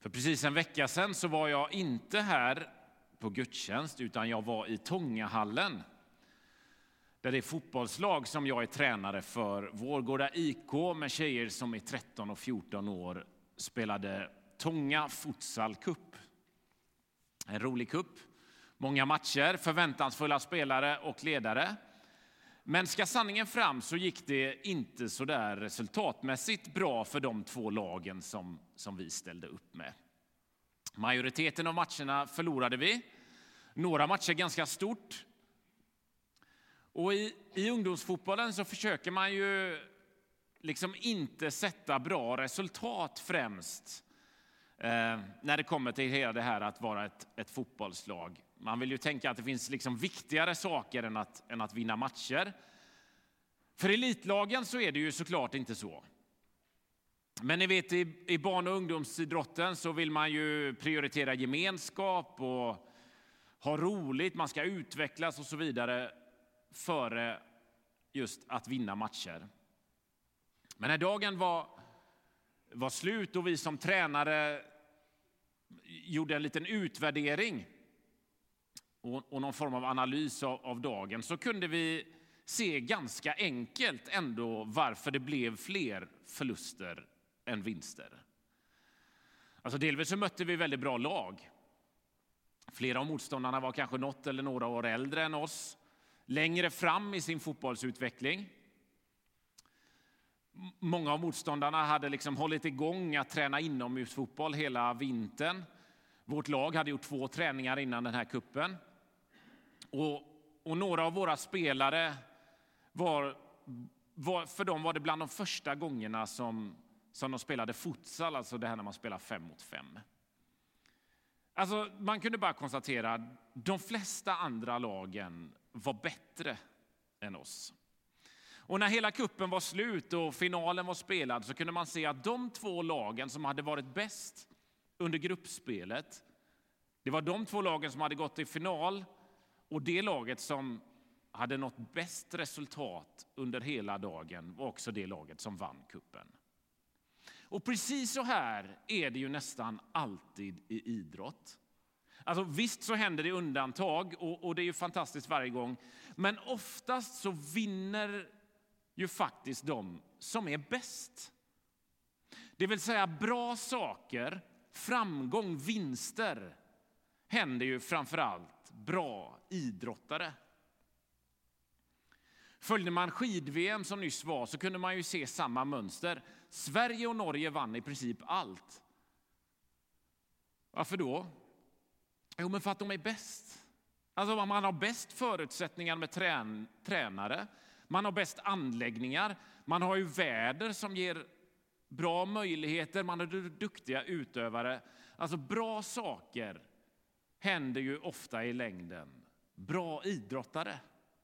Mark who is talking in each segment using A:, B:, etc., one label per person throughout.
A: För precis en vecka sedan så var jag inte här på gudstjänst utan jag var i Tångahallen. Där det är fotbollslag som jag är tränare för. Vårgårda IK med tjejer som är 13 och 14 år spelade Tånga Futsal Cup. En rolig cup. Många matcher, förväntansfulla spelare och ledare. Men ska sanningen fram så gick det inte så där resultatmässigt bra för de två lagen som vi ställde upp med. Majoriteten av matcherna förlorade vi. Några matcher ganska stort. Och i ungdomsfotbollen så försöker man ju liksom inte sätta bra resultat främst när det kommer till hela det här att vara ett fotbollslag. Man vill ju tänka att det finns liksom viktigare saker än att vinna matcher. För elitlagen så är det ju såklart inte så. Men ni vet, i barn- och ungdomsidrotten så vill man ju prioritera gemenskap och ha roligt, man ska utvecklas och så vidare före just att vinna matcher. Men när dagen var slut och vi som tränare gjorde en liten utvärdering och någon form av analys av dagen, så kunde vi se ganska enkelt ändå varför det blev fler förluster än vinster. Alltså delvis så mötte vi väldigt bra lag. Flera av motståndarna var kanske något eller några år äldre än oss, längre fram i sin fotbollsutveckling. Många av motståndarna hade liksom hållit igång att träna inomhusfotboll hela vintern. Vårt lag hade gjort 2 träningar innan den här kuppen. Och några av våra spelare för dem var det bland de första gångerna som de spelade futsal, alltså det här när man spelar 5 mot 5. Alltså man kunde bara konstatera att de flesta andra lagen var bättre än oss. Och när hela kuppen var slut och finalen var spelad så kunde man se att de 2 lagen som hade varit bäst under gruppspelet, det var de 2 lagen som hade gått till final, och det laget som hade nått bäst resultat under hela dagen var också det laget som vann kuppen. Och precis så här är det ju nästan alltid i idrott. Alltså visst så händer det undantag och det är ju fantastiskt varje gång. Men oftast så vinner ju faktiskt de som är bäst. Det vill säga bra saker, framgång, vinster händer ju framförallt bra idrottare. Följde man skid-VM som nyss var så kunde man ju se samma mönster. Sverige och Norge vann i princip allt. Varför då? Jo, men för att de är bäst. Alltså man har bäst förutsättningar med tränare. Man har bäst anläggningar. Man har ju väder som ger bra möjligheter. Man har duktiga utövare. Alltså bra saker händer ju ofta i längden. Bra idrottare.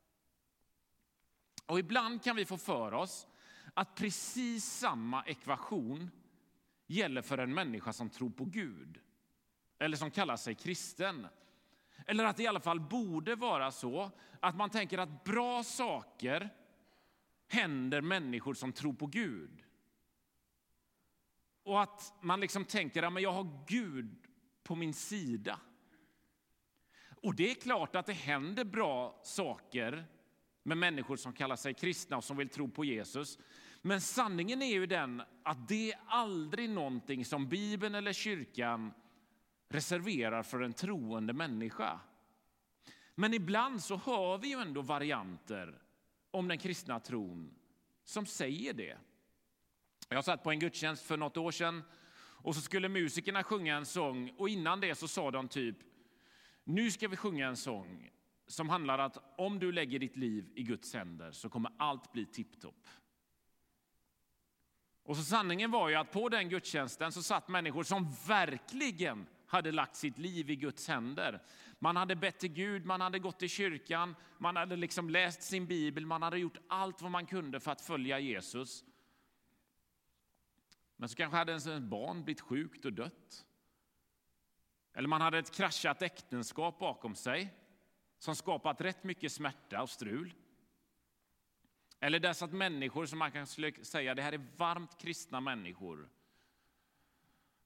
A: Och ibland kan vi få för oss att precis samma ekvation gäller för en människa som tror på Gud. Eller som kallar sig kristen. Eller att det i alla fall borde vara så att man tänker att bra saker händer människor som tror på Gud. Och att man liksom tänker att jag har Gud på min sida. Och det är klart att det händer bra saker med människor som kallar sig kristna och som vill tro på Jesus. Men sanningen är ju den att det är aldrig någonting som Bibeln eller kyrkan reserverar för en troende människa. Men ibland så hör vi ju ändå varianter om den kristna tron som säger det. Jag satt på en gudstjänst för något år sedan och så skulle musikerna sjunga en sång, och innan det så sa de typ: nu ska vi sjunga en sång som handlar att om du lägger ditt liv i Guds händer så kommer allt bli tipptopp. Och så sanningen var ju att på den gudstjänsten så satt människor som verkligen hade lagt sitt liv i Guds händer. Man hade bett till Gud, man hade gått till kyrkan, man hade liksom läst sin bibel, man hade gjort allt vad man kunde för att följa Jesus. Men så kanske hade ens barn blivit sjukt och dött. Eller man hade ett kraschat äktenskap bakom sig som skapat rätt mycket smärta och strul. Eller där satt människor som man kan säga det här är varmt kristna människor.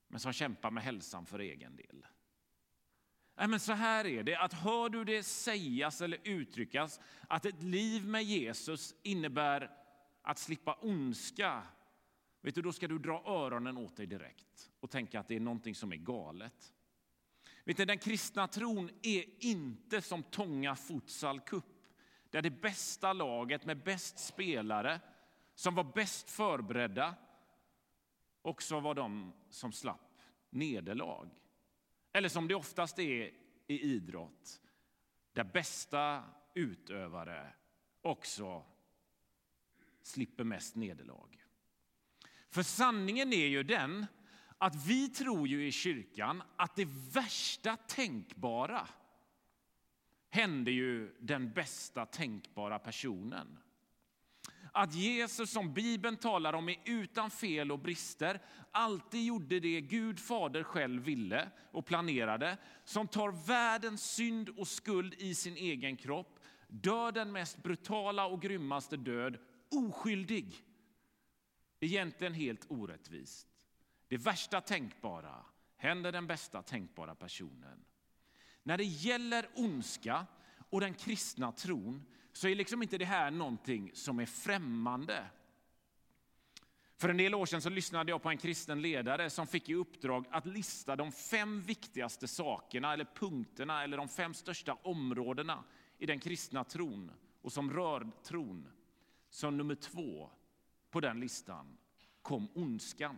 A: men som kämpar med hälsan för egen del. Nej, men så här är det, att hör du det sägas eller uttryckas att ett liv med Jesus innebär att slippa ondska, vet du, då ska du dra öronen åt dig direkt och tänka att det är någonting som är galet. Vet du, den kristna tron är inte som Tånga Futsal Cup, där det bästa laget med bäst spelare som var bäst förberedda också var de som slapp nederlag. Eller som det oftast är i idrott, där bästa utövare också slipper mest nederlag. För sanningen är ju den att vi tror ju i kyrkan att det värsta tänkbara händer ju den bästa tänkbara personen. Att Jesus, som Bibeln talar om, är utan fel och brister, alltid gjorde det Gud fader själv ville och planerade, som tar världens synd och skuld i sin egen kropp, dör den mest brutala och grymmaste död, oskyldig, egentligen helt orättvist. Det värsta tänkbara händer den bästa tänkbara personen. När det gäller ondska och den kristna tron så är liksom inte det här någonting som är främmande. För en del år sedan så lyssnade jag på en kristen ledare som fick i uppdrag att lista de 5 viktigaste sakerna eller punkterna eller de 5 största områdena i den kristna tron och som rör tron. Som nummer 2 på den listan kom ondskan.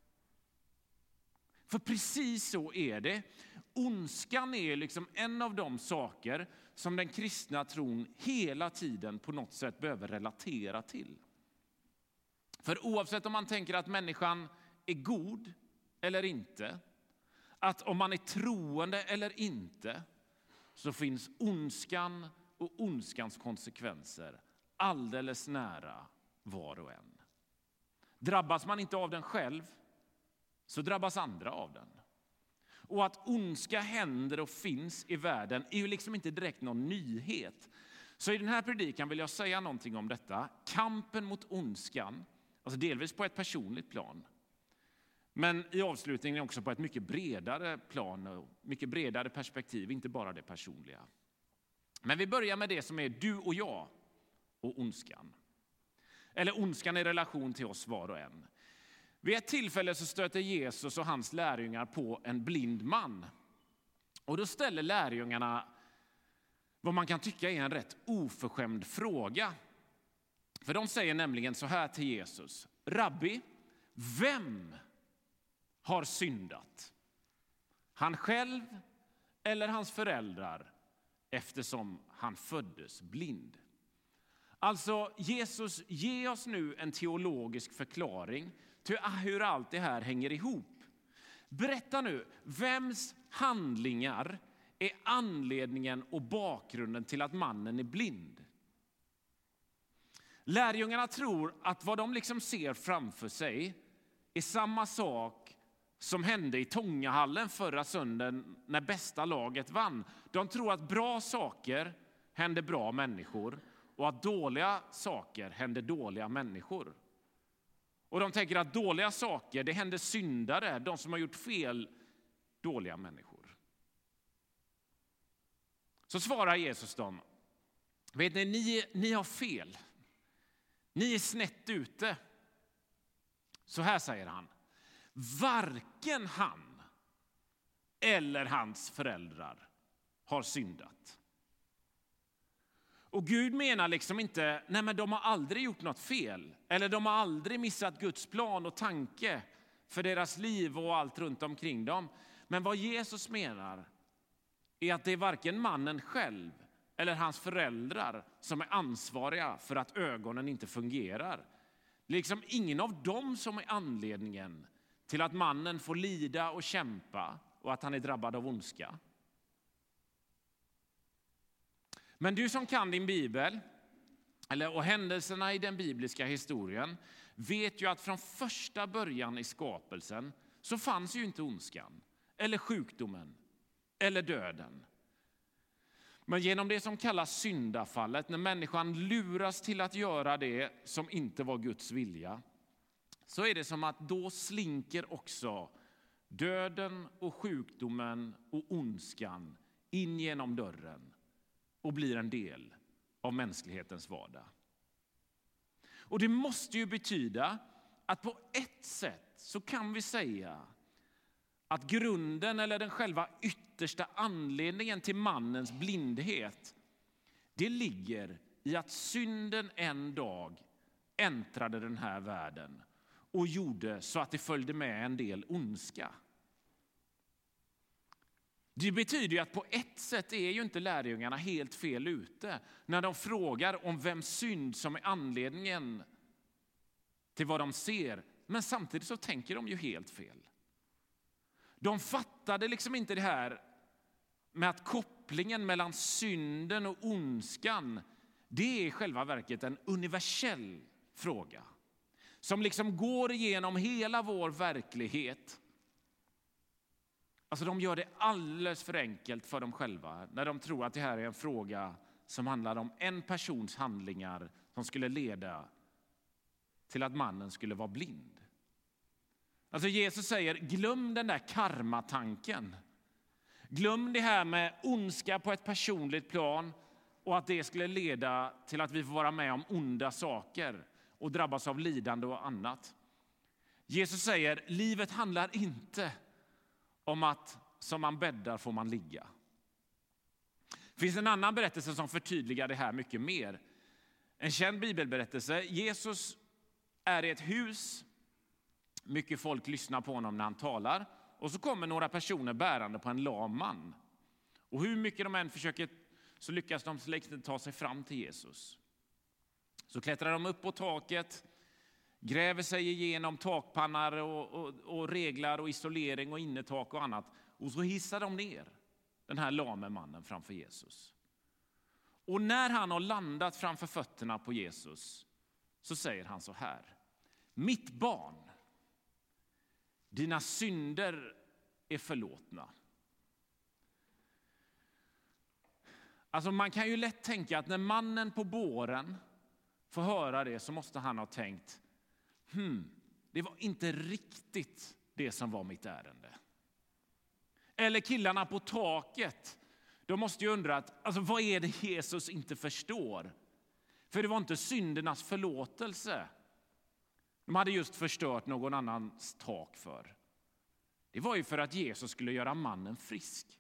A: För precis så är det. Ondskan är liksom en av de saker som den kristna tron hela tiden på något sätt behöver relatera till. För oavsett om man tänker att människan är god eller inte, att om man är troende eller inte, så finns ondskan och ondskans konsekvenser alldeles nära var och en. Drabbas man inte av den själv, så drabbas andra av den. Och att ondska händer och finns i världen är ju liksom inte direkt någon nyhet. Så i den här predikan vill jag säga någonting om detta. Kampen mot ondskan, alltså delvis på ett personligt plan, men i avslutningen också på ett mycket bredare plan och mycket bredare perspektiv, inte bara det personliga. Men vi börjar med det som är du och jag och ondskan. Eller ondskan i relation till oss var och en. Vid ett tillfälle så stöter Jesus och hans lärjungar på en blind man. Och då ställer lärjungarna vad man kan tycka är en rätt oförskämd fråga. För de säger nämligen så här till Jesus: Rabbi, vem har syndat? Han själv eller hans föräldrar, eftersom han föddes blind? Alltså Jesus, ge oss nu en teologisk förklaring till hur allt det här hänger ihop. Berätta nu, vems handlingar är anledningen och bakgrunden till att mannen är blind? Lärjungarna tror att vad de liksom ser framför sig är samma sak som hände i Tångahallen förra söndagen när bästa laget vann. De tror att bra saker händer bra människor och att dåliga saker händer dåliga människor. Och de tänker att dåliga saker, det händer syndare, de som har gjort fel, dåliga människor. Så svarar Jesus dem: vet ni har fel. Ni är snett ute. Så här säger han: varken han eller hans föräldrar har syndat. Och Gud menar liksom inte, nej men de har aldrig gjort något fel. Eller de har aldrig missat Guds plan och tanke för deras liv och allt runt omkring dem. Men vad Jesus menar är att det är varken mannen själv eller hans föräldrar som är ansvariga för att ögonen inte fungerar. Det är liksom ingen av dem som är anledningen till att mannen får lida och kämpa och att han är drabbad av ondska. Men du som kan din bibel och händelserna i den bibliska historien vet ju att från första början i skapelsen så fanns ju inte ondskan eller sjukdomen eller döden. Men genom det som kallas syndafallet, när människan luras till att göra det som inte var Guds vilja, så är det som att då slinker också döden och sjukdomen och ondskan in genom dörren och blir en del av mänsklighetens vardag. Och det måste ju betyda att på ett sätt så kan vi säga att grunden eller den själva yttersta anledningen till mannens blindhet, det ligger i att synden en dag äntrade den här världen och gjorde så att det följde med en del ondska. Det betyder ju att på ett sätt är ju inte lärjungarna helt fel ute när de frågar om vem synd som är anledningen till vad de ser. Men samtidigt så tänker de ju helt fel. De fattade liksom inte det här med att kopplingen mellan synden och ondskan, det är i själva verket en universell fråga som liksom går igenom hela vår verklighet. Alltså de gör det alldeles för enkelt för dem själva när de tror att det här är en fråga som handlar om en persons handlingar som skulle leda till att mannen skulle vara blind. Alltså Jesus säger, glöm den där karmatanken. Glöm det här med ondska på ett personligt plan och att det skulle leda till att vi får vara med om onda saker och drabbas av lidande och annat. Jesus säger, livet handlar inte om att som man bäddar får man ligga. Det finns en annan berättelse som förtydligar det här mycket mer. En känd bibelberättelse. Jesus är i ett hus. Mycket folk lyssnar på honom när han talar. Och så kommer några personer bärande på en lam man. Och hur mycket de än försöker så lyckas de inte ta sig fram till Jesus. Så klättrar de upp på taket, gräver sig igenom takpannar och reglar och isolering och innertak och annat. Och så hissar de ner den här lame mannen framför Jesus. Och när han har landat framför fötterna på Jesus så säger han så här. Mitt barn, dina synder är förlåtna. Alltså man kan ju lätt tänka att när mannen på båren får höra det så måste han ha tänkt, det var inte riktigt det som var mitt ärende. Eller killarna på taket, de måste ju undra att, alltså, vad är det Jesus inte förstår? För det var inte syndernas förlåtelse de hade just förstört någon annans tak för. Det var ju för att Jesus skulle göra mannen frisk.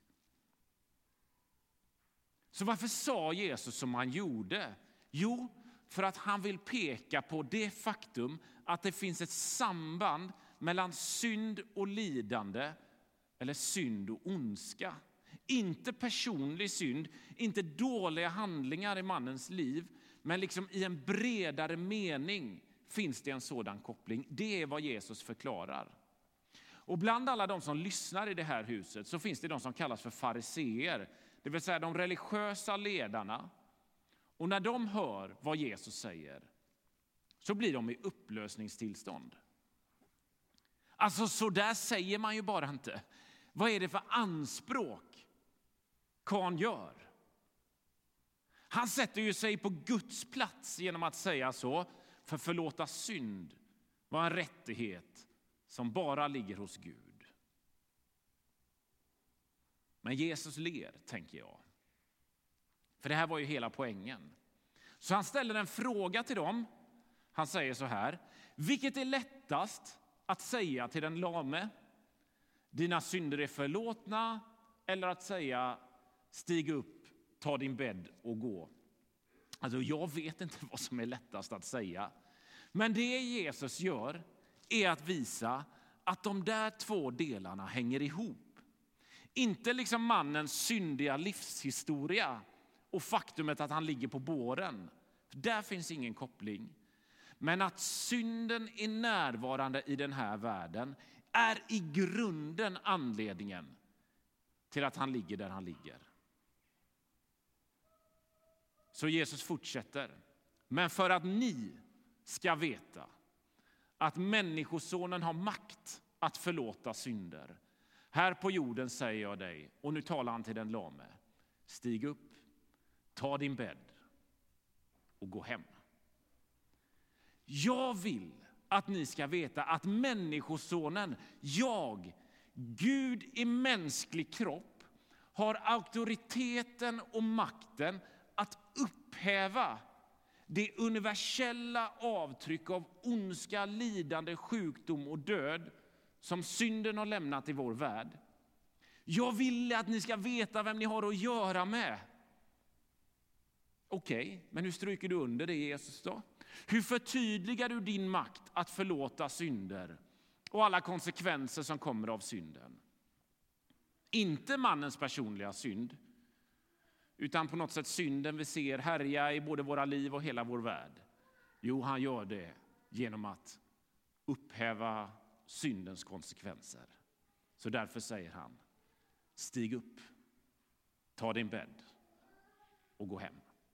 A: Så varför sa Jesus som han gjorde? Jo, för att han vill peka på det faktum att det finns ett samband mellan synd och lidande eller synd och ondska. Inte personlig synd, inte dåliga handlingar i mannens liv, men liksom i en bredare mening finns det en sådan koppling. Det är vad Jesus förklarar. Och bland alla de som lyssnar i det här huset så finns det de som kallas för fariseer, det vill säga de religiösa ledarna. Och när de hör vad Jesus säger så blir de i upplösningstillstånd. Alltså så där säger man ju bara inte. Vad är det för anspråk Kan gör? Han sätter ju sig på Guds plats genom att säga så. För förlåta synd var en rättighet som bara ligger hos Gud. Men Jesus ler, tänker jag. För det här var ju hela poängen. Så han ställer en fråga till dem. Han säger så här. Vilket är lättast att säga till den lame? Dina synder är förlåtna. Eller att säga stig upp, ta din bädd och gå. Alltså jag vet inte vad som är lättast att säga. Men det Jesus gör är att visa att de där två delarna hänger ihop. Inte liksom mannens syndiga livshistoria och faktumet att han ligger på båren. Där finns ingen koppling. Men att synden är närvarande i den här världen är i grunden anledningen till att han ligger där han ligger. Så Jesus fortsätter. Men för att ni ska veta att människosonen har makt att förlåta synder. Här på jorden säger jag dig, och nu talar han till den lame. Stig upp, ta din bädd och gå hem. Jag vill att ni ska veta att människosonen, jag Gud i mänsklig kropp har auktoriteten och makten att upphäva det universella avtryck av ondska, lidande, sjukdom och död som synden har lämnat i vår värld. Jag vill att ni ska veta vem ni har att göra med. Okej, men hur stryker du under det, Jesus då? Hur förtydligar du din makt att förlåta synder och alla konsekvenser som kommer av synden? Inte mannens personliga synd, utan på något sätt synden vi ser härja i både våra liv och hela vår värld. Jo, han gör det genom att upphäva syndens konsekvenser. Så därför säger han: stig upp, ta din bädd och gå hem.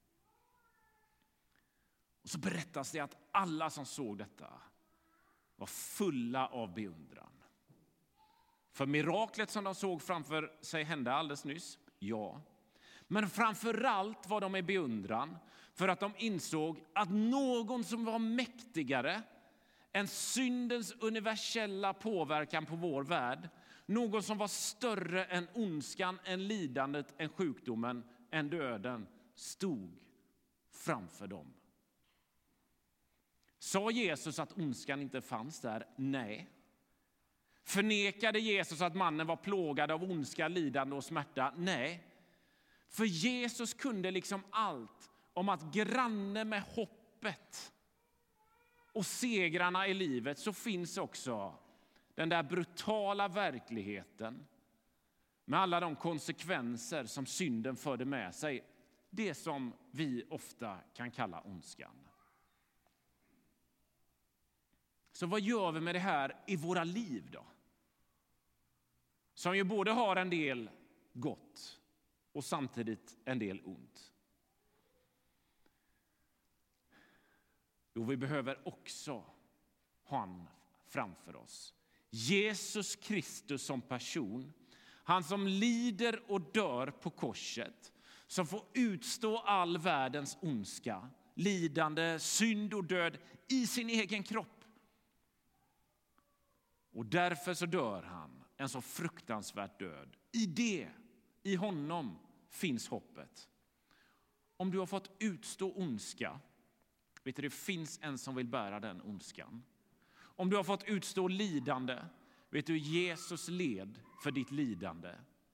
A: Och så berättas det att alla som såg detta var fulla av beundran. För miraklet som de såg framför sig hände alldeles nyss, ja. Men framförallt var de i beundran för att de insåg att någon som var mäktigare än syndens universella påverkan på vår värld, någon som var större än ondskan, än lidandet, än sjukdomen, än döden, stod framför dem. Sa Jesus att ondskan inte fanns där? Nej. Förnekade Jesus att mannen var plågad av ondska, lidande och smärta? Nej. För Jesus kunde liksom allt om att granne med hoppet och segrarna i livet så finns också den där brutala verkligheten med alla de konsekvenser som synden förde med sig. Det som vi ofta kan kalla ondskan. Så vad gör vi med det här i våra liv då? Som ju både har en del gott och samtidigt en del ont. Jo, vi behöver också ha han framför oss. Jesus Kristus som person. Han som lider och dör på korset. Som får utstå all världens ondska, lidande, synd och död i sin egen kropp. Och därför så dör han en så fruktansvärt död. I honom finns hoppet. Om du har fått utstå ondska, vet du, det finns en som vill bära den ondskan. Om du har fått utstå lidande, vet du, Jesus led för ditt lidande.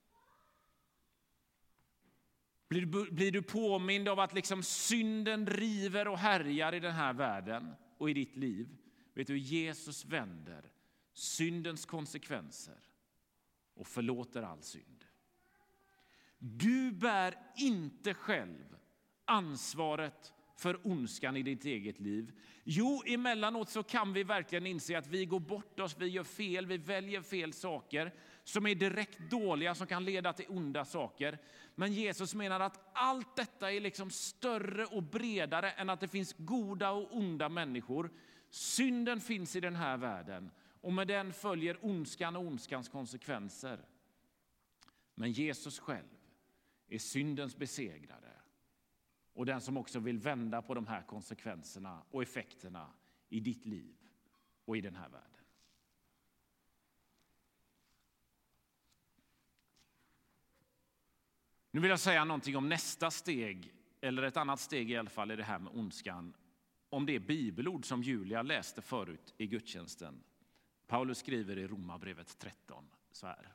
A: Blir du påmind av att liksom synden river och härjar i den här världen och i ditt liv, vet du, Jesus vänder syndens konsekvenser och förlåter all synd. Du bär inte själv ansvaret för ondskan i ditt eget liv. Jo, emellanåt så kan vi verkligen inse att vi går bort oss, vi gör fel, vi väljer fel saker som är direkt dåliga, som kan leda till onda saker. Men Jesus menar att allt detta är liksom större och bredare än att det finns goda och onda människor. Synden finns i den här världen och med den följer ondskan och ondskans konsekvenser. Men Jesus själv är syndens besegrare och den som också vill vända på de här konsekvenserna och effekterna i ditt liv och i den här världen. Nu vill jag säga någonting om nästa steg, eller ett annat steg i alla fall i det här med ondskan, om det bibelord som Julia läste förut i gudstjänsten. Paulus skriver i Romarbrevet 13 så här.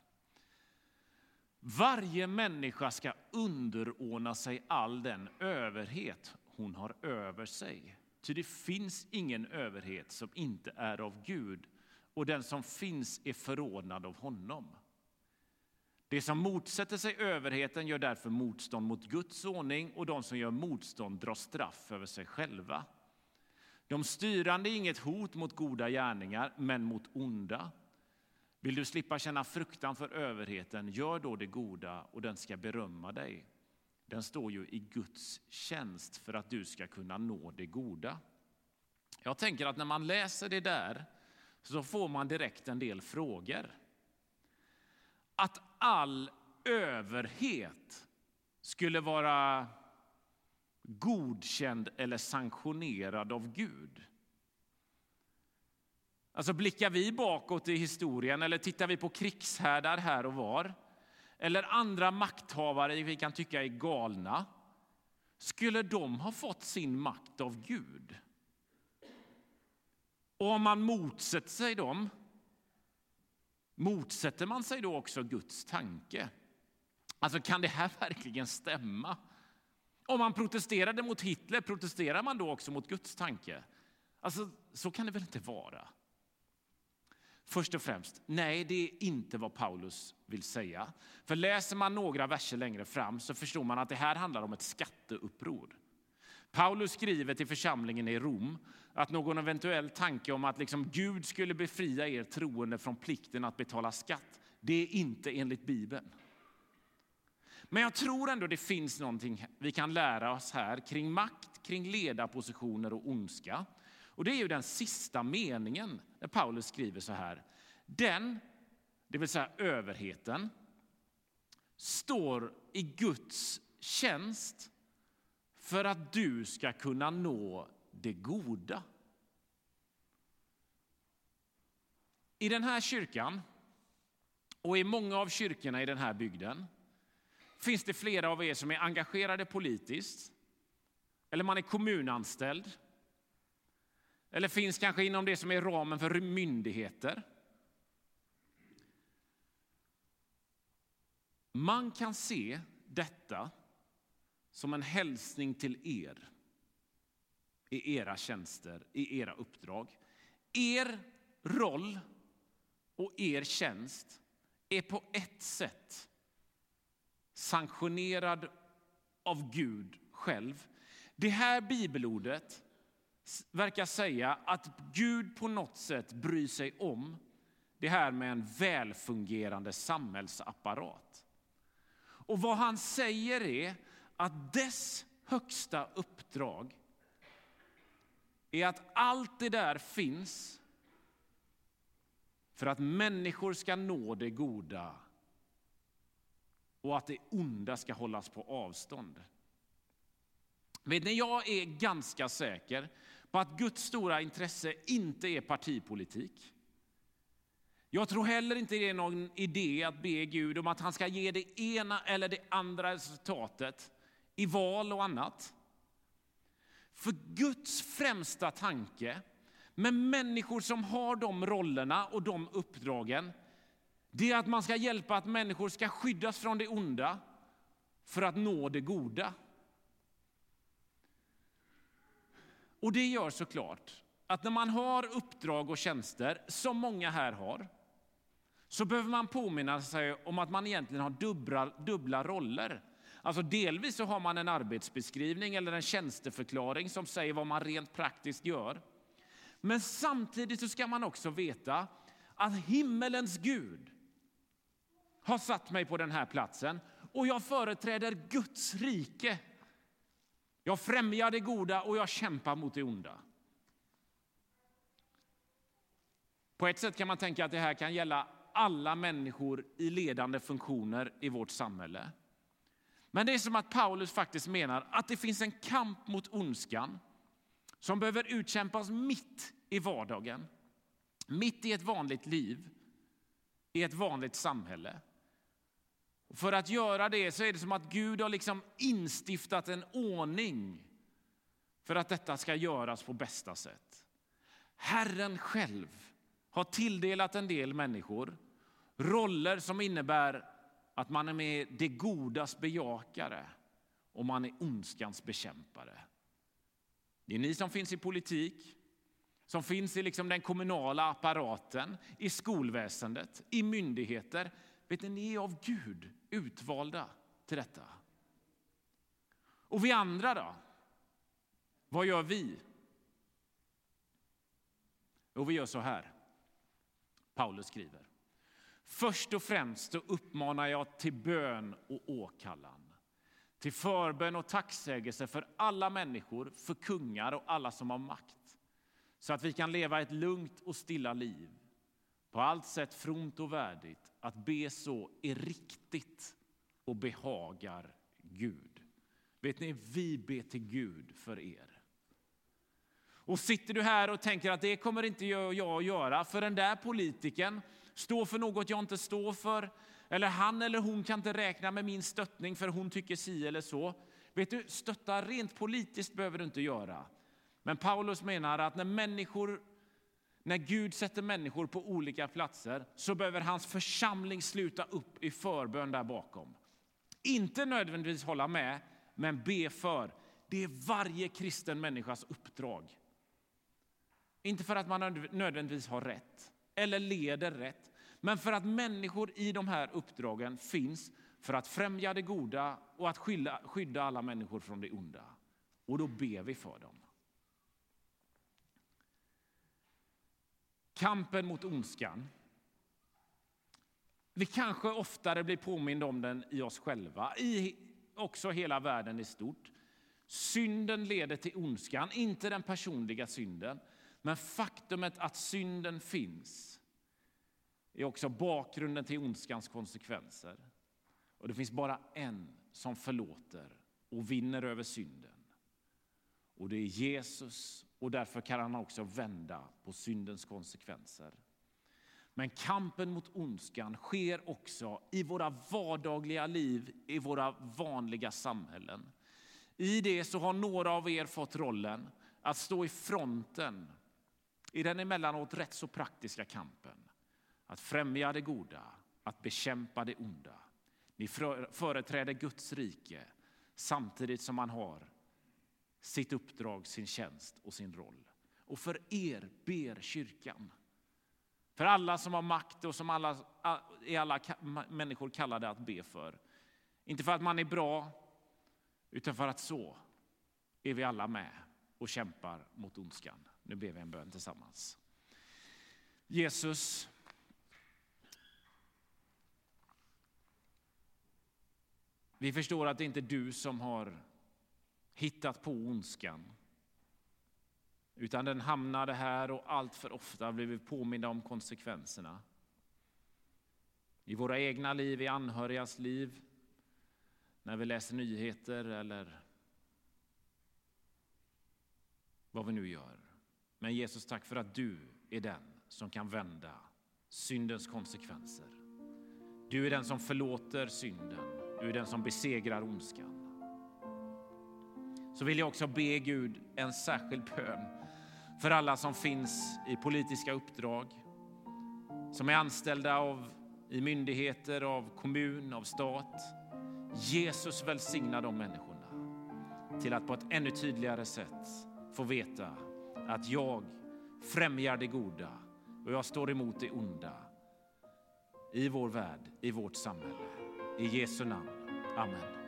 A: Varje människa ska underordna sig all den överhet hon har över sig. Ty det finns ingen överhet som inte är av Gud, och den som finns är förordnad av honom. Det som motsätter sig överheten gör därför motstånd mot Guds ordning, och de som gör motstånd drar straff över sig själva. De styrande är inget hot mot goda gärningar, men mot onda. Vill du slippa känna fruktan för överheten, gör då det goda och den ska berömma dig. Den står ju i Guds tjänst för att du ska kunna nå det goda. Jag tänker att när man läser det där så får man direkt en del frågor. Att all överhet skulle vara godkänd eller sanktionerad av Gud. Alltså blickar vi bakåt i historien eller tittar vi på krigshärdar här och var eller andra makthavare vi kan tycka är galna, skulle de ha fått sin makt av Gud? Och om man motsätter sig dem, motsätter man sig då också Guds tanke? Alltså kan det här verkligen stämma? Om man protesterade mot Hitler, protesterar man då också mot Guds tanke? Alltså så kan det väl inte vara? Först och främst, nej, det är inte vad Paulus vill säga. För läser man några verser längre fram så förstår man att det här handlar om ett skatteuppror. Paulus skriver till församlingen i Rom att någon eventuell tanke om att Gud skulle befria er troende från plikten att betala skatt, det är inte enligt Bibeln. Men jag tror ändå det finns någonting vi kan lära oss här kring makt, kring ledarpositioner och ondska. Och det är ju den sista meningen när Paulus skriver så här. Den, det vill säga överheten, står i Guds tjänst för att du ska kunna nå det goda. I den här kyrkan och i många av kyrkorna i den här bygden finns det flera av er som är engagerade politiskt, eller man är kommunanställd, eller finns kanske inom det som är ramen för myndigheter. Man kan se detta som en hälsning till er i era tjänster, i era uppdrag. Er roll och er tjänst är på ett sätt sanktionerad av Gud själv. Det här bibelordet verkar säga att Gud på något sätt bryr sig om det här med en välfungerande samhällsapparat. Och vad han säger är att dess högsta uppdrag är att allt det där finns för att människor ska nå det goda och att det onda ska hållas på avstånd. Vet ni, jag är ganska säker på att Guds stora intresse inte är partipolitik. Jag tror heller inte det är någon idé att be Gud om att han ska ge det ena eller det andra resultatet i val och annat. För Guds främsta tanke med människor som har de rollerna och de uppdragen, det är att man ska hjälpa att människor ska skyddas från det onda för att nå det goda. Och det gör såklart att när man har uppdrag och tjänster, som många här har, så behöver man påminna sig om att man egentligen har dubbla roller. Alltså delvis så har man en arbetsbeskrivning eller en tjänsteförklaring som säger vad man rent praktiskt gör. Men samtidigt så ska man också veta att himmelens Gud har satt mig på den här platsen och jag företräder Guds rike. Jag främjar det goda och jag kämpar mot det onda. På ett sätt kan man tänka att det här kan gälla alla människor i ledande funktioner i vårt samhälle. Men det är som att Paulus faktiskt menar att det finns en kamp mot ondskan som behöver utkämpas mitt i vardagen. Mitt i ett vanligt liv, i ett vanligt samhälle. Och för att göra det så är det som att Gud har instiftat en ordning för att detta ska göras på bästa sätt. Herren själv har tilldelat en del människor roller som innebär att man är med det godas bejakare och man är ondskans bekämpare. Det är ni som finns i politik, som finns i den kommunala apparaten, i skolväsendet, i myndigheter. Vet ni är av Gud utvalda till detta. Och vi andra då? Vad gör vi? Och vi gör så här. Paulus skriver. Först och främst så uppmanar jag till bön och åkallan. Till förbön och tacksägelse för alla människor, för kungar och alla som har makt. Så att vi kan leva ett lugnt och stilla liv. På allt sätt fromt och värdigt. Att be så är riktigt och behagar Gud. Vet ni, vi ber till Gud för er. Och sitter du här och tänker att det kommer inte jag att göra, för den där politikern står för något jag inte står för, eller han eller hon kan inte räkna med min stöttning för hon tycker si eller så. Vet du, stötta rent politiskt behöver du inte göra. Men Paulus menar att när Gud sätter människor på olika platser så behöver hans församling sluta upp i förbön där bakom. Inte nödvändigtvis hålla med, men be för. Det är varje kristen människas uppdrag. Inte för att man nödvändigtvis har rätt eller leder rätt, men för att människor i de här uppdragen finns för att främja det goda och att skydda alla människor från det onda. Och då ber vi för dem. Kampen mot ondskan. Vi kanske oftare blir påminda om den i oss själva, i också hela världen i stort. Synden leder till ondskan, inte den personliga synden. Men faktumet att synden finns är också bakgrunden till ondskans konsekvenser. Och det finns bara en som förlåter och vinner över synden. Och det är Jesus, och därför kan han också vända på syndens konsekvenser. Men kampen mot ondskan sker också i våra vardagliga liv, i våra vanliga samhällen. I det så har några av er fått rollen att stå i fronten i den emellanåt rätt så praktiska kampen. Att främja det goda, att bekämpa det onda. Ni företräder Guds rike samtidigt som man har sitt uppdrag, sin tjänst och sin roll. Och för er ber kyrkan. För alla som har makt och som alla människor kallade att be för. Inte för att man är bra, utan för att så är vi alla med och kämpar mot ondskan. Nu ber vi en bön tillsammans. Jesus, vi förstår att det inte är du som har hittat på ondskan. Utan den hamnade här och allt för ofta blir vi påminna om konsekvenserna. I våra egna liv, i anhörigas liv, när vi läser nyheter eller vad vi nu gör. Men Jesus, tack för att du är den som kan vända syndens konsekvenser. Du är den som förlåter synden. Du är den som besegrar ondskan. Så vill jag också be Gud en särskild bön för alla som finns i politiska uppdrag, som är anställda i myndigheter, av kommun, av stat. Jesus välsignar de människorna till att på ett ännu tydligare sätt få veta att jag främjar det goda och jag står emot det onda i vår värld, i vårt samhälle. I Jesu namn. Amen.